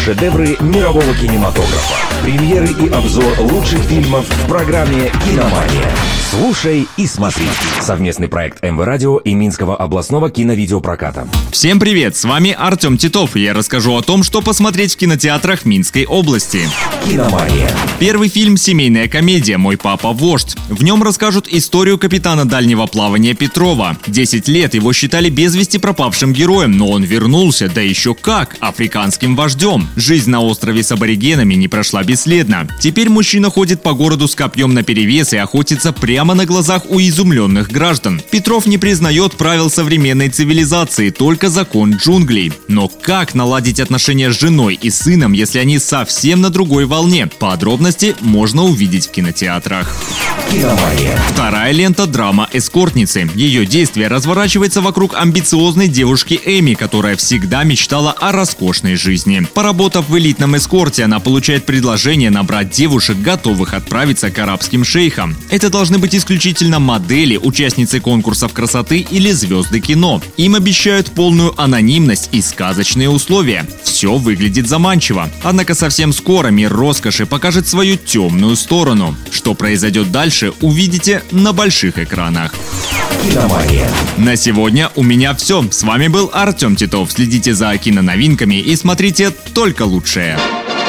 Шедевры мирового кинематографа. Премьеры и обзор лучших фильмов в программе «Киномания». Слушай и смотри. Совместный проект МВ Радио и Минского областного киновидеопроката. Всем привет, с вами Артем Титов, и я расскажу о том, что посмотреть в кинотеатрах Минской области. «Киномания». Первый фильм — семейная комедия «Мой папа вождь». В нем расскажут историю капитана дальнего плавания Петрова. 10 лет его считали без вести пропавшим героем, но он вернулся, да еще как, африканским вождем. Жизнь на острове с аборигенами не прошла бесследно. Теперь мужчина ходит по городу с копьем наперевес и охотится прямо на глазах у изумленных граждан. Петров не признает правил современной цивилизации, только закон джунглей. Но как наладить отношения с женой и сыном, если они совсем на другой волне? Подробности можно увидеть в кинотеатрах. «Киномания». Вторая лента — драма «Эскортницы». Ее действие разворачивается вокруг амбициозной девушки Эми, которая всегда мечтала о роскошной жизни. Поработав в элитном эскорте, она получает предложение набрать девушек, готовых отправиться к арабским шейхам. Это должны быть исключительно модели, участницы конкурсов красоты или звезды кино. Им обещают полную анонимность и сказочные условия. Все выглядит заманчиво. Однако совсем скоро мир роскоши покажет свою темную сторону. Что произойдет дальше, увидите на больших экранах. «Киномания». На сегодня у меня все. С вами был Артем Титов. Следите за киноновинками и смотрите только лучшее.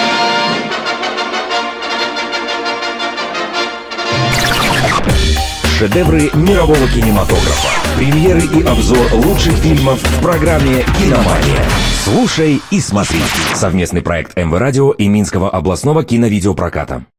Шедевры мирового кинематографа. Премьеры и обзор лучших фильмов в программе «Киномания». Слушай и смотри. Совместный проект МВ Радио и Минского областного киновидеопроката.